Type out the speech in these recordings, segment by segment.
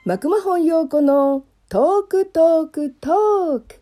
マクマホン陽子のトークトークトーク。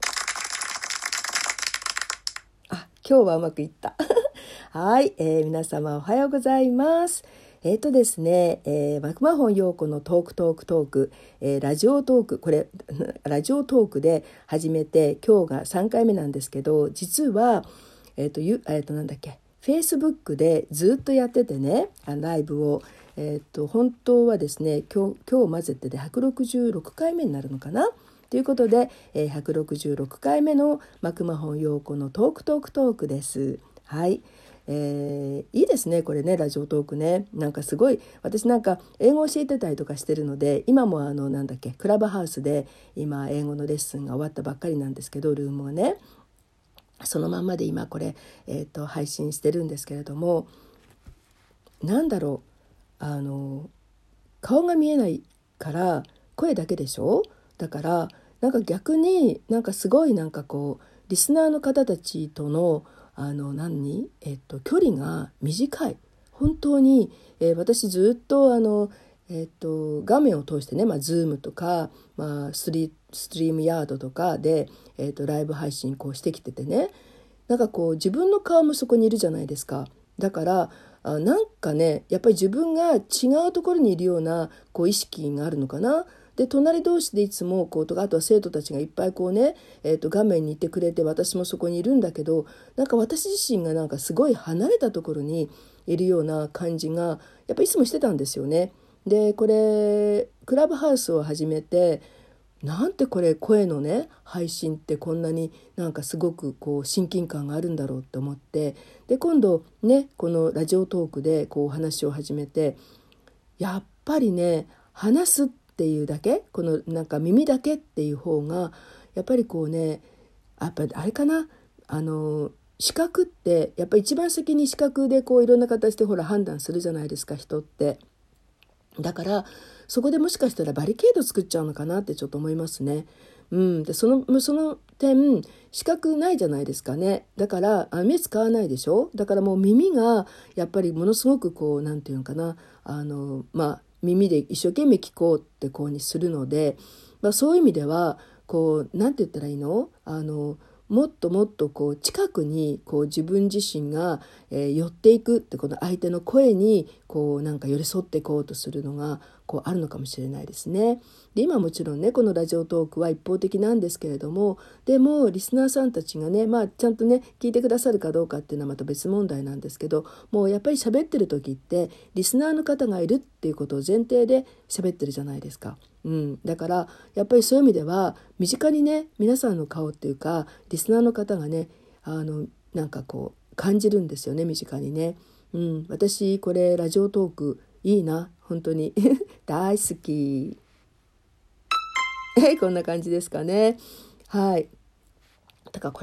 今日はうまくいったはい、皆様おはようございます。ですね、マクマホン陽子のトークトークトーク、ラジオトーク、これラジオトークで始めて今日が3回目なんですけど、実はなんだっけ、Facebook でずっとやっててね、ライブを本当はですね、今日混ぜてで166回目になるのかなということで、166回目のマクマホン陽子のトークトークトークです。はい、いいですねこれね、ラジオトークね。なんかすごい、私なんか英語教えてたりとかしてるので、今もなんだっけ、クラブハウスで今英語のレッスンが終わったばっかりなんですけど、ルームはね、そのまんまで今これ、配信してるんですけれども、なんだろう、顔が見えないから声だけでしょ。だからなんか逆になんかすごいなんかこうリスナーの方たちとの距離が短い。本当に、私ずっと画面を通してね、Zoom とか、ストリームヤードとかで、ライブ配信こうしてきててね、なんかこう自分の顔もそこにいるじゃないですか。だからなんかね、やっぱり自分が違うところにいるようなこう意識があるのかな。で隣同士でいつもこうとか、あとは生徒たちがいっぱいこうね、画面にいてくれて、私もそこにいるんだけど、なんか私自身がなんかすごい離れたところにいるような感じがやっぱいつもしてたんですよね。でこれクラブハウスを始めて、なんてこれ声のね配信ってこんなになんかすごくこう親近感があるんだろうって思って、で今度ねこのラジオトークでこうお話を始めて、やっぱりね話すっていうだけ、このなんか耳だけっていう方がやっぱりこうね、やっぱりあれかな、視覚ってやっぱり一番先に視覚でこういろんな形でほら判断するじゃないですか、人って。だからそこでもしかしたらバリケード作っちゃうのかなってちょっと思いますね。でその点視覚ないじゃないですかね。だから目使わないでしょ。だからもう耳がやっぱりものすごくこうなんていうのかな、耳で一生懸命聞こうってこうにするので、そういう意味ではこうなんて言ったらいいの、もっともっとこう近くにこう自分自身が、寄っていくって、この相手の声にこうなんか寄り添っていこうとするのがこうあるのかもしれないですね。で今もちろんねこのラジオトークは一方的なんですけれども、でもリスナーさんたちがね、ちゃんとね聞いてくださるかどうかっていうのはまた別問題なんですけど、もうやっぱり喋ってる時ってリスナーの方がいるっていうことを前提で喋ってるじゃないですか。だからやっぱりそういう意味では身近にね皆さんの顔っていうかリスナーの方がねなんかこう感じるんですよね、身近にね。私これラジオトークいいな本当に大好きこんな感じですかね。はい。だから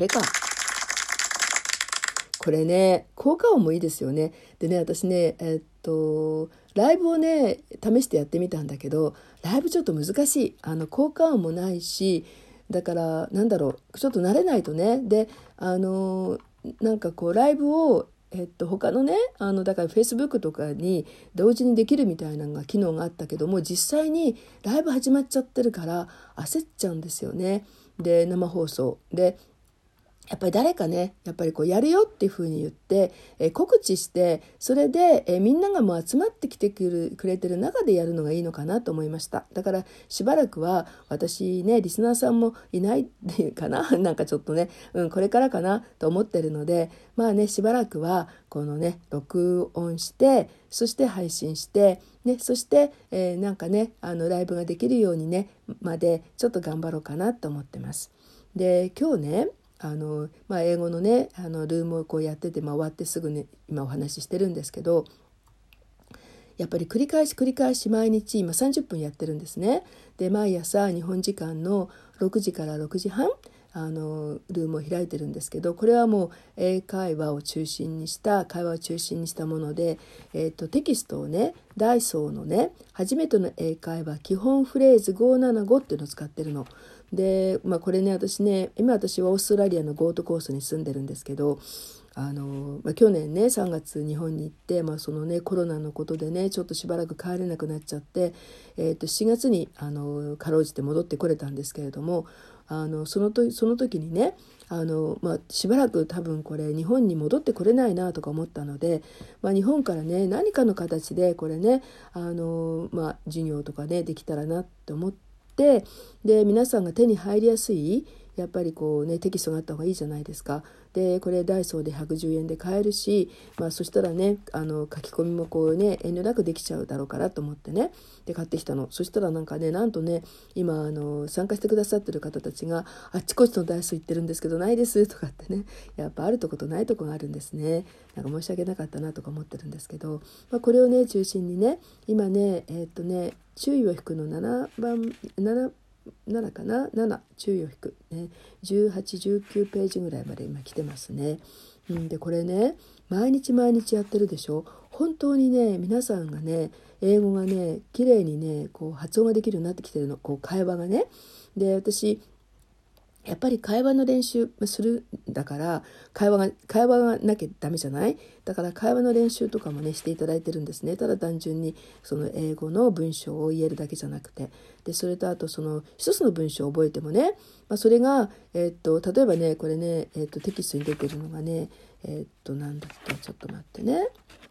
これね効果音もいいですよね。でね私ねライブをね試してやってみたんだけど、ライブちょっと難しい。効果音もないし、だからなんだろう、ちょっと慣れないとね。でなんかこうライブを他のねだから Facebook とかに同時にできるみたいな機能があったけども、実際にライブ始まっちゃってるから焦っちゃうんですよね。で生放送でやっぱり誰かねやっぱりこうやるよっていうふうに言って、告知して、それで、みんながもう集まってきてくれてる中でやるのがいいのかなと思いました。だからしばらくは私ねリスナーさんもいないっていうかななんかちょっとね、これからかなと思ってるので、しばらくはこのね録音して、そして配信して、そして、なんかねライブができるようにねまでちょっと頑張ろうかなと思ってます。で今日ね英語のねルームをこうやってて、終わってすぐね今お話ししてるんですけど、やっぱり繰り返し毎日今30分やってるんですね。で毎朝日本時間の6時から6時半ルームを開いてるんですけど、これはもう英会話を中心にした会話を中心にしたもので、テキストをねダイソーのね初めての英会話基本フレーズ575っていうのを使ってるので、これね私はオーストラリアのゴートコーストに住んでるんですけど、 去年ね3月日本に行って、そのねコロナのことでねちょっとしばらく帰れなくなっちゃって、7月にかろうじて戻ってこれたんですけれども、その時にねしばらく多分これ日本に戻ってこれないなとか思ったので、日本からね何かの形でこれね授業とかねできたらなって思って、で皆さんが手に入りやすいやっぱりこうねテキストがあった方がいいじゃないですか。でこれダイソーで110円で買えるし、そしたらね書き込みもこうね遠慮なくできちゃうだろうからと思ってね、で買ってきたの。そしたらなんとね今参加してくださってる方たちがあっちこっちのダイソー行ってるんですけどないですとかってね、やっぱあるとことないとこがあるんですね。申し訳なかったなとか思ってるんですけど、これをね中心にね今ね注意を引くの7かな7注意を引く、ね、1819ページぐらいまで今来てますね。でこれね毎日やってるでしょ。本当にね皆さんがね英語がね綺麗にねこう発音ができるようになってきてるの、こう会話がね。で私やっぱり会話の練習するんだから会話がなきゃダメじゃない。だから会話の練習とかもねしていただいてるんですね。ただ単純にその英語の文章を言えるだけじゃなくて、でそれとあとその一つの文章を覚えてもね、それが例えばねこれねテキストに出てるのがねなんだっけ、ちょっと待ってね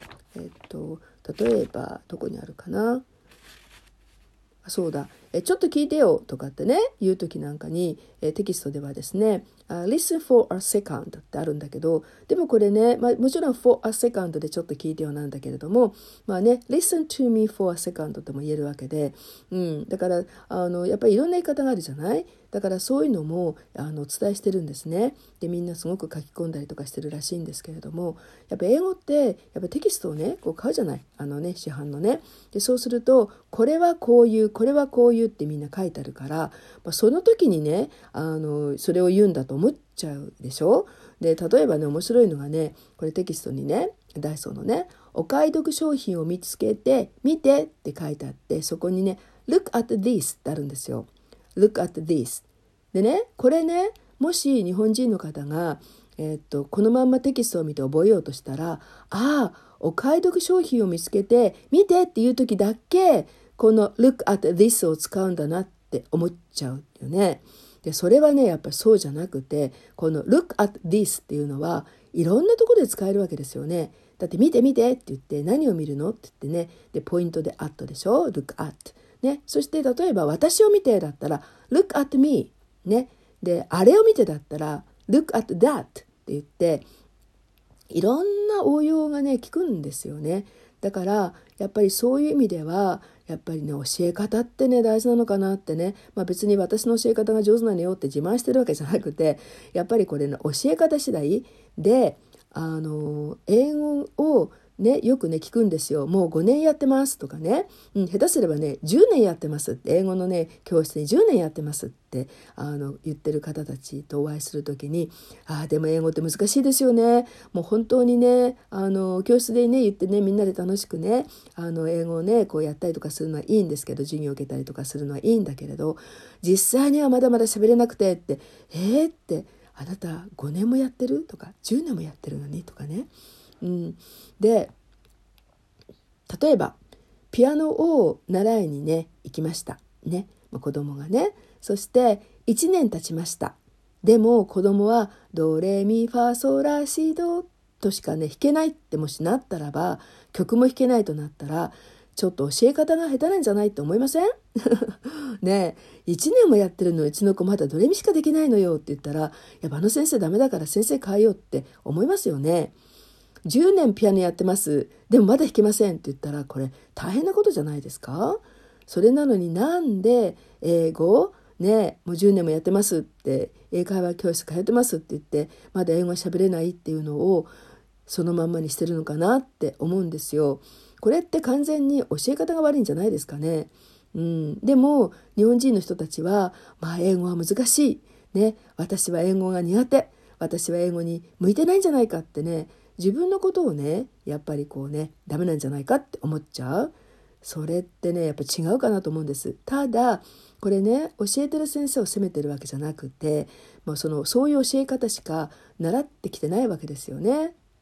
例えばどこにあるかな。そうだ、ちょっと聞いてよとかってね言う時なんかに、テキストではですねlisten for a second ってあるんだけど、でもこれね、もちろん for a second でちょっと聞いてよなんだけれども、listen to me for a second とも言えるわけで、だからやっぱりいろんな言い方があるじゃない。だからそういうのもお伝えしてるんですね。でみんなすごく書き込んだりとかしてるらしいんですけれども、やっぱ英語ってやっぱテキストをねこう買うじゃない、市販のね。でそうするとこれはこういうこれはこういうってみんな書いてあるから、その時にねそれを言うんだと思っちゃうでしょ。で例えばね面白いのがねこれテキストにねダイソーのねお買い得商品を見つけて見てって書いてあって、そこにね Look at this ってあるんですよ。Look at this でね、これねもし日本人の方が、このまんまテキストを見て覚えようとしたら、お買い得商品を見つけて見てっていう時だけこの Look at this を使うんだなって思っちゃうよね。でそれはねやっぱりそうじゃなくて、この Look at this っていうのはいろんなところで使えるわけですよね。だって見て見てって言って何を見るのって言ってね、でポイントで at でしょ。 Look at ね、そして例えば私を見てだったら Look at me ね、であれを見てだったら Look at that って言っていろんな応用がね効くんですよね。だからやっぱりそういう意味ではやっぱりね教え方ってね大事なのかなってね、別に私の教え方が上手なのよって自慢してるわけじゃなくて、やっぱりこれの教え方次第で英語をね、よくね聞くんですよ。もう5年やってますとかね、下手すればね10年やってますって、英語のね教室に10年やってますって言ってる方たちとお会いするときに、でも英語って難しいですよね。もう本当にね教室でね言ってねみんなで楽しくね英語をねこうやったりとかするのはいいんですけど、授業を受けたりとかするのはいいんだけれど、実際にはまだまだ喋れなくてってってあなた5年もやってるとか10年もやってるのにとかね。で例えばピアノを習いにね行きましたね、子供がね。そして1年経ちました。でも子供はドレミファソラシドとしかね弾けないってもしなったらば、曲も弾けないとなったらちょっと教え方が下手なんじゃないって思いませんねえ、1年もやってるのうちの子まだドレミしかできないのよって言ったら、やっぱ先生ダメだから先生変えようって思いますよね。10年ピアノやってます。でもまだ弾けませんって言ったらこれ大変なことじゃないですか。それなのになんで英語ねもう10年もやってますって英会話教室通ってますって言ってまだ英語が喋れないっていうのをそのまんまにしてるのかなって思うんですよ。これって完全に教え方が悪いんじゃないですかね。でも日本人の人たちは英語は難しいね、私は英語が苦手、私は英語に向いてないんじゃないかってね、自分のことをねやっぱりこうねダメなんじゃないかって思っちゃう。それってねやっぱ違うかなと思うんです。ただこれね教えてる先生を責めてるわけじゃなくて、そういう教え方しか習ってきてないわけですよね。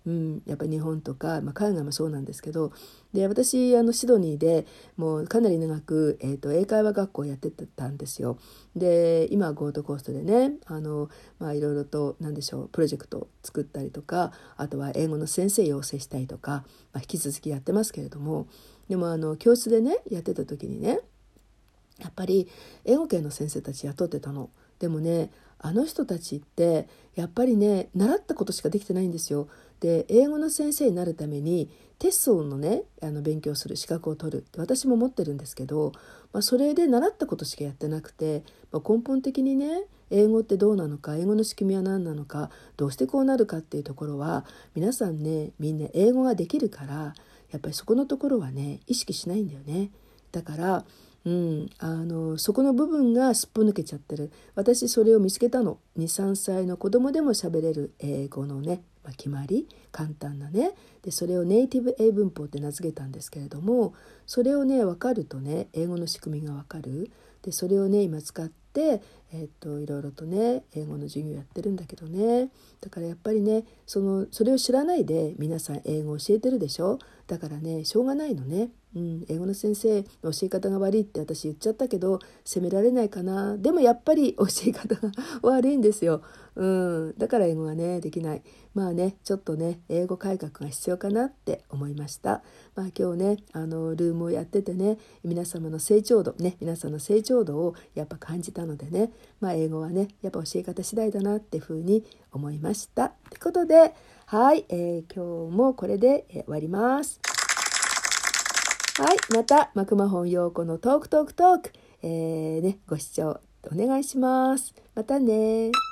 やっぱり日本とか、海外もそうなんですけど、で私シドニーでもうかなり長く、英会話学校をやってたんですよ。で今はゴールドコーストでねいろいろと何でしょうプロジェクトを作ったりとか、あとは英語の先生養成したりとか、引き続きやってますけれども、でも教室でねやってた時にね、やっぱり英語圏の先生たち雇ってたの。でもねあの人たちってやっぱりね習ったことしかできてないんですよ。で英語の先生になるためにテストのね勉強する資格を取るって私も持ってるんですけど、それで習ったことしかやってなくて、根本的にね英語ってどうなのか、英語の仕組みは何なのか、どうしてこうなるかっていうところは皆さんねみんな英語ができるから、やっぱりそこのところはね意識しないんだよね。だからそこの部分がすっぽ抜けちゃってる。私それを見つけたの。2、3歳の子供でも喋れる英語のね、決まり、簡単なね。でそれをネイティブ英文法って名付けたんですけれども、それをね分かるとね英語の仕組みが分かる。でそれをね今使っていろいろとね英語の授業やってるんだけどね。だからやっぱりねそれを知らないで皆さん英語を教えてるでしょ。だからねしょうがないのね。英語の先生の教え方が悪いって私言っちゃったけど、責められないかな。でもやっぱり教え方が悪いんですよ。だから英語がねできない。ちょっとね英語改革が必要かなって思いました。今日ねルームをやっててね皆さんの成長度をやっぱ感じたのでね、英語はねやっぱ教え方次第だなっていうふうに思いました。ということではい、今日もこれで終わります。はい、またマクマホン陽子のトーク、ご視聴お願いします。またね。